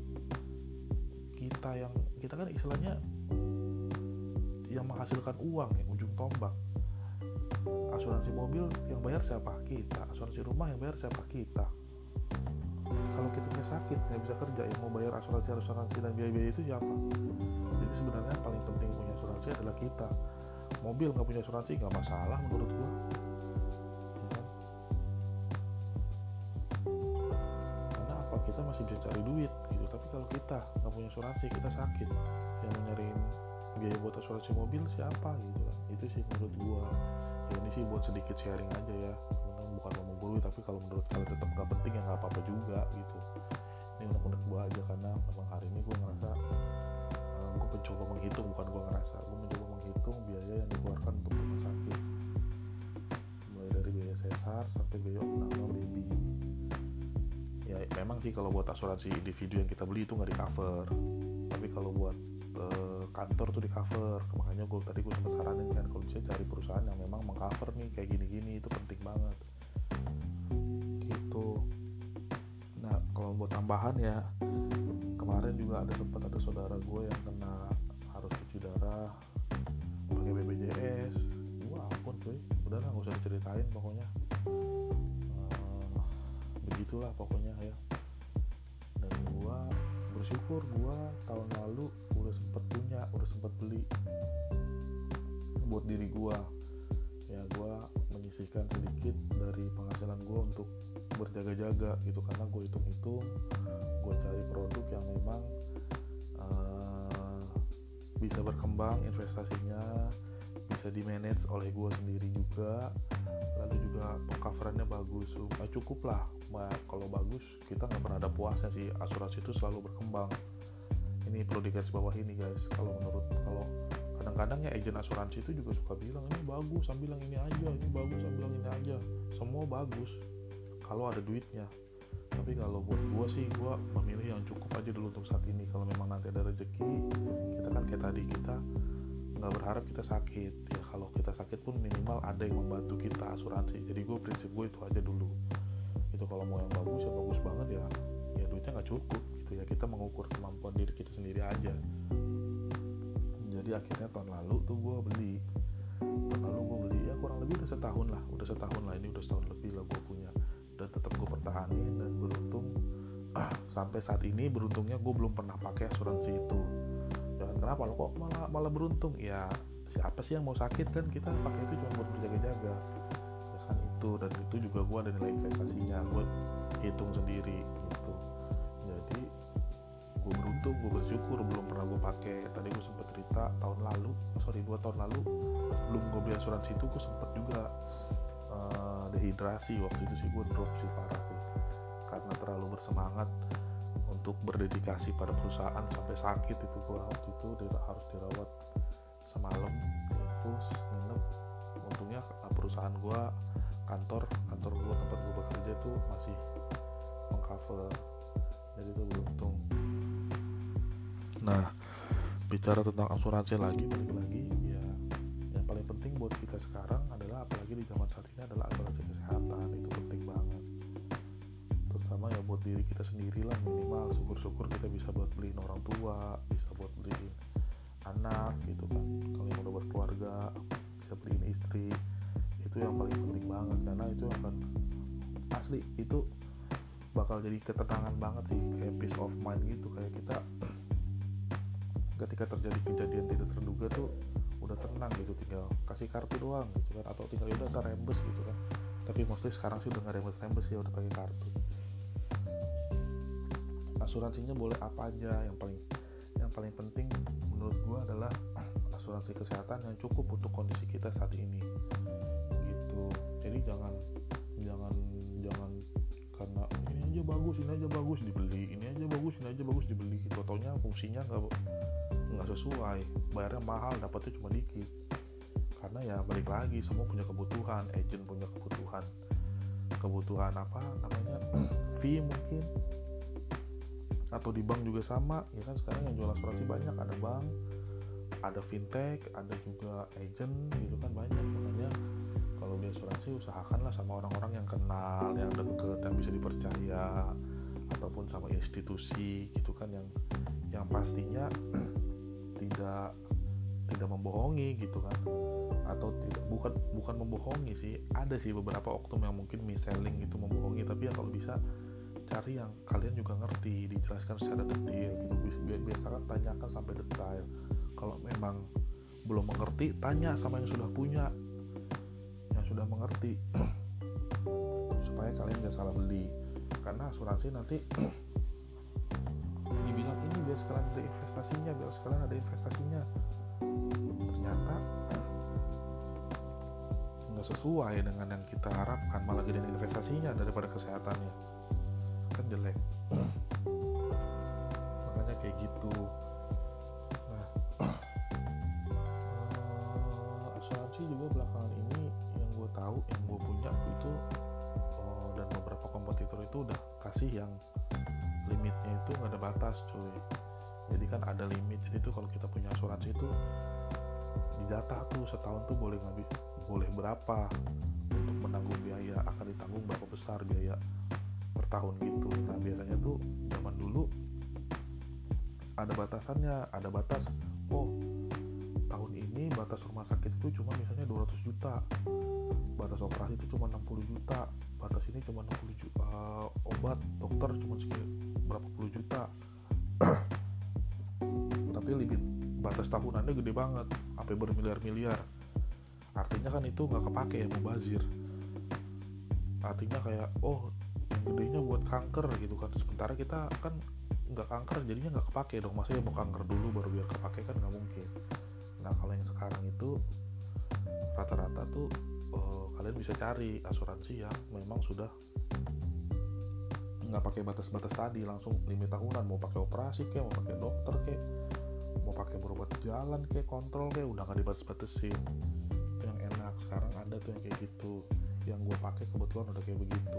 kita yang kita kan istilahnya yang menghasilkan uang, yang ujung tombak. Asuransi mobil yang bayar siapa? Kita. Asuransi rumah yang bayar siapa? Kita. Kalau kita punya sakit nggak bisa kerja, yang mau bayar asuransi asuransi dan biaya-biaya itu siapa? Jadi sebenarnya paling penting punya asuransi adalah kita. Mobil nggak punya asuransi nggak masalah menurut gua, ya kan? Karena apa, kita masih bisa cari duit gitu. Tapi kalau kita nggak punya asuransi, kita sakit, yang mau nyariin biaya buat asuransi mobil siapa gitu kan? Itu sih menurut gua. Ya ini sih buat sedikit sharing aja ya, bukan mau menggurui, tapi kalau menurut kalian tetap nggak penting ya nggak apa-apa juga gitu. Ini unek-unek gue aja karena memang hari ini gue ngerasa uh, gue mencoba menghitung, bukan gue ngerasa, gue mencoba menghitung biaya yang dikeluarkan untuk rumah sakit, mulai dari biaya sesar sampai biaya opname baby. Ya memang sih kalau buat asuransi individu yang kita beli itu nggak di cover, tapi kalau buat uh, kantor tuh di cover. Makanya gue tadi gue sempat saranin kan, kalau bisa cari perusahaan yang memang mengcover nih kayak gini-gini, itu penting banget gitu. Nah kalau buat tambahan ya, kemarin juga ada sempat ada saudara gue yang kena harus cuci darah pakai B P J S. Wah ampun cuy, udah lah nggak usah diceritain pokoknya. Uh, begitulah pokoknya ya. Dan gue bersyukur gue tahun lalu udah sempet punya, udah sempet beli buat diri gue. Ya gue menyisihkan sedikit dari penghasilan gue untuk berjaga-jaga gitu, karena gue hitung-hitung, gue cari produk yang memang uh, bisa berkembang investasinya, bisa di manage oleh gue sendiri juga, lalu juga coverannya bagus. Nah, cukup lah, nah, kalau bagus kita nggak pernah ada puasnya sih, asuransi itu selalu berkembang. Ini perlu digarisbawahi nih guys. Kalau menurut kalau kadang-kadang ya agen asuransi itu juga suka bilang ini bagus, saya bilang ini aja, ini bagus, saya bilang ini aja, semua bagus kalau ada duitnya. Tapi kalau buat gue sih, gue memilih yang cukup aja dulu untuk saat ini. Kalau memang nanti ada rezeki, kita kan kayak tadi, kita nggak berharap kita sakit ya. Kalau kita sakit pun minimal ada yang membantu kita asuransi. Jadi gue prinsip gue itu aja dulu. Itu kalau mau yang bagus ya bagus banget ya, ya duitnya nggak cukup gitu ya. Kita mengukur kemampuan diri kita sendiri aja. Jadi akhirnya tahun lalu tuh gue beli, tahun lalu gue beli ya kurang lebih udah setahun lah, udah setahun lah ini udah setahun lebih lah gue punya, dan tetap gue pertahanin. Dan beruntung ah, sampai saat ini beruntungnya gue belum pernah pakai asuransi itu. Jangan kenapa lo kok malah malah beruntung ya, siapa sih yang mau sakit kan, kita pakai itu cuma buat berjaga-jaga ya kan itu. Dan itu juga gue ada nilai investasinya, gue hitung sendiri gitu. Jadi gue beruntung, gue bersyukur belum pernah gue pakai. Tadi gue sempet cerita tahun lalu, sorry dua tahun lalu belum gue beli asuransi itu, gue sempet juga uh, dehidrasi waktu itu sih, gue drop sih parah sih karena terlalu bersemangat untuk berdedikasi pada perusahaan sampai sakit itu. Gue waktu itu dir- harus dirawat semalam, infus, nginep. Untungnya perusahaan gue, kantor kantor gue tempat gue bekerja itu masih mengcover, jadi itu beruntung. Nah, bicara tentang asuransi lagi, balik lagi ya, yang paling penting buat kita sekarang adalah, apalagi di zaman saat ini, adalah asuransi kesehatan. Itu penting banget, terutama ya buat diri kita sendiri lah. Minimal syukur-syukur kita bisa buat beliin orang tua, bisa buat beliin anak gitu kan. Kalau yang udah berkeluarga bisa beliin istri. Itu yang paling penting banget, karena itu akan asli, itu bakal jadi ketenangan banget sih, kayak peace of mind gitu. Kayak kita ketika terjadi kejadian tidak terduga tuh udah tenang gitu, tinggal kasih kartu doang gitu kan, atau tinggal udah ntar rembes gitu kan. Tapi mostly sekarang sih udah nggak rembes-rembes ya, udah pakai kartu. Asuransinya boleh apa aja, yang paling yang paling penting menurut gua adalah asuransi kesehatan yang cukup untuk kondisi kita saat ini gitu. Jadi jangan jangan jangan karena ini aja bagus, ini aja bagus dibeli, ini aja bagus, ini aja bagus dibeli gitu. Totalnya fungsinya nggak nggak sesuai, bayarnya mahal, dapatnya cuma dikit. Karena ya balik lagi, semua punya kebutuhan, agent punya kebutuhan, kebutuhan apa namanya fee mungkin, atau di bank juga sama ya kan. Sekarang yang jual asuransi banyak, ada bank, ada fintech, ada juga agent gitu kan, banyak. Makanya kalau di asuransi usahakanlah sama orang-orang yang kenal, yang deket, yang bisa dipercaya, ataupun sama institusi gitu kan, yang yang pastinya tidak tidak membohongi gitu kan, atau tidak, bukan bukan membohongi sih, ada sih beberapa oknum yang mungkin mis-selling gitu, membohongi. Tapi ya kalau bisa cari yang kalian juga ngerti, dijelaskan secara detail gitu. Biasakan tanyakan sampai detail. Kalau memang belum mengerti, tanya sama yang sudah punya, yang sudah mengerti, supaya kalian gak salah beli. Karena asuransi nanti dibilang ini biar sekalian ada investasinya, biar sekalian ada investasinya, ternyata nggak sesuai dengan yang kita harapkan, malah jadi investasinya daripada kesehatannya, kan jelek. Makanya kayak gitu. Nah, asuransi juga belakangan ini yang gue tahu, yang gue punya itu, oh, dan beberapa kompetitor itu udah kasih yang limitnya itu nggak ada batas cuy. Jadi kan ada limit, jadi tuh kalau kita punya asuransi itu didata tuh setahun tuh boleh ngabis, boleh berapa untuk menanggung biaya, akan ditanggung berapa besar biaya per tahun gitu. Nah biasanya tuh zaman dulu ada batasannya, ada batas, oh tahun ini batas rumah sakit itu cuma misalnya dua ratus juta, batas operasi itu cuma enam puluh juta, batas ini cuma enam puluh juta, uh, obat dokter cuma sekitar berapa puluh juta. Tapi limit batas tahunannya gede banget, sampai bermiliar-miliar. Artinya kan itu nggak kepake ya, mubazir. Artinya kayak, oh yang gedenya buat kanker gitu kan, sementara kita kan nggak kanker, jadinya nggak kepake dong. Masa ya mau kanker dulu baru biar kepake, kan nggak mungkin. Nah kalau yang sekarang itu rata-rata tuh uh, kalian bisa cari asuransi yang memang sudah nggak pakai batas-batas tadi, langsung limit tahunan. Mau pakai operasi kayak, mau pakai dokter kayak, mau pakai berobat jalan kayak, kontrol kayak, udah nggak dibatas-batasin. Itu yang enak. Sekarang ada tuh yang kayak gitu, yang gue pakai kebetulan udah kayak begitu.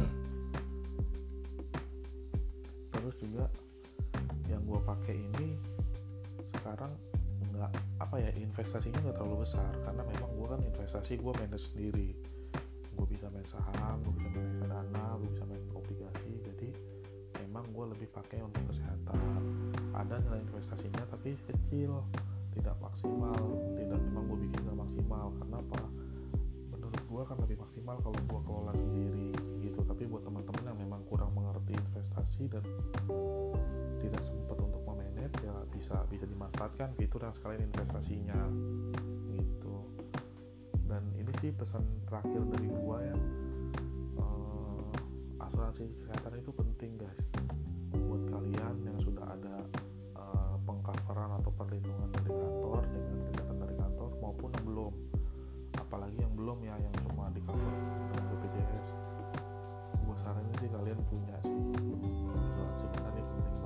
Terus juga yang gue pakai ini sekarang nggak apa ya, investasinya nggak terlalu besar, karena memang gue kan investasi gue manage sendiri. Gue bisa main saham, gue bisa main reksadana, gue bisa main obligasi. Jadi memang gue lebih pakai untuk kesehatan. Ada nilai investasinya tapi kecil, tidak maksimal. Tidak, memang gue bikin gak maksimal. Karena apa? Menurut gue kan lebih maksimal kalau gue kelola sendiri gitu. Tapi buat teman-teman yang memang kurang mengerti investasi dan tidak sempat untuk memanage, ya bisa bisa dimanfaatkan fitur yang sekalian investasinya gitu. Dan ini sih pesan terakhir dari gua ya, uh, asuransi kesehatan itu penting guys, buat kalian yang sudah ada uh, pengcoveran atau perlindungan dari kantor, dengan kesehatan dari kantor, maupun yang belum, apalagi yang belum ya, yang cuma di cover dengan B P J S. Gua saranin sih kalian punya sih asuransi, karena ini penting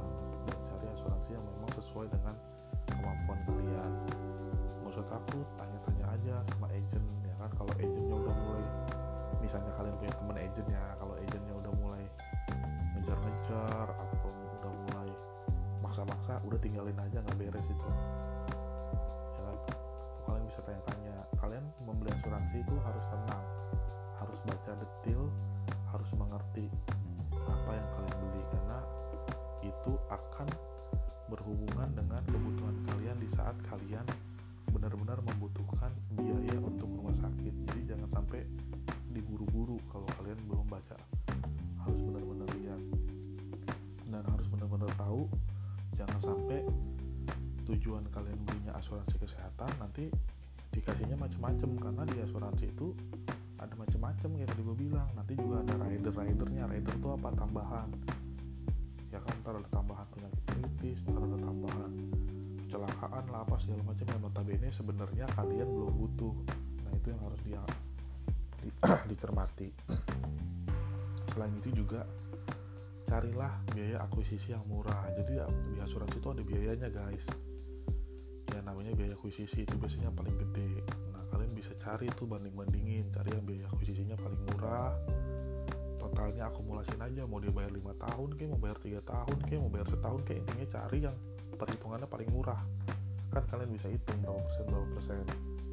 agentnya. Kalau agentnya udah mulai ngejar-ngejar atau udah mulai maksa-maksa, udah tinggalin aja, nggak beres itu ya kan. Kalian bisa tanya-tanya, kalian membeli asuransi itu harus tenang, harus baca detail, harus mengerti apa yang kalian beli, karena itu akan berhubungan dengan kebutuhan kalian di saat kalian benar-benar membutuhkan biaya untuk rumah sakit. Jadi jangan sampai diburu-buru kalau kalian belum baca, harus benar-benar lihat dan harus benar-benar tahu. Jangan sampai tujuan kalian belinya asuransi kesehatan nanti dikasihnya macam-macam, karena di asuransi itu ada macam-macam kayak tadi gue bilang. Nanti juga ada rider-ridernya. Rider itu apa? Tambahan ya kan, ntar ada tambahan penyakit kritis, ntar ada tambahan kecelakaan lah apa segala macam yang notabene sebenarnya kalian belum butuh. Nah itu yang harus dia di, dicermati. Selain itu juga carilah biaya akuisisi yang murah. Jadi di asuransi itu ada biayanya guys, ya namanya biaya akuisisi, itu biasanya paling gede. Nah kalian bisa cari tuh, banding-bandingin, cari yang biaya akuisisinya paling murah, totalnya akumulasin aja, mau dia bayar lima tahun kayak, mau bayar tiga tahun kayak, mau bayar setahun kayak, intinya cari yang perhitungannya paling murah. Kan kalian bisa hitung berapa persen berapa persen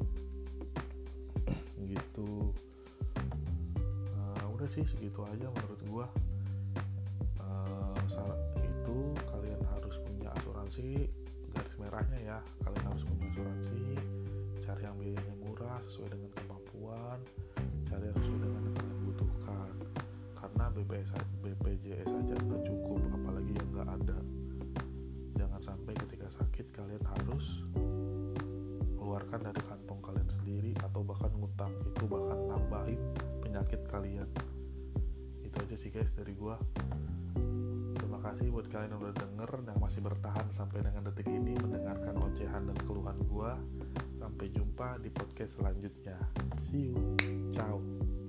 gitu. Nah, udah sih segitu aja menurut gua. Uh, itu kalian harus punya asuransi, garis merahnya ya, kalian harus punya asuransi, cari yang biayanya murah sesuai dengan kemampuan, cari yang sesuai dengan yang kalian butuhkan. Karena B P S, B P J S aja nggak cukup, apalagi yang nggak ada. Jangan sampai ketika sakit kalian harus keluarkan dari kantong kalian sendiri atau bahkan ngutang, itu bahkan nambahin penyakit kalian. Itu aja sih guys dari gua. Terima kasih buat kalian yang udah denger dan masih bertahan sampai dengan detik ini mendengarkan ocehan dan keluhan gua. Sampai jumpa di podcast selanjutnya. See you. Ciao.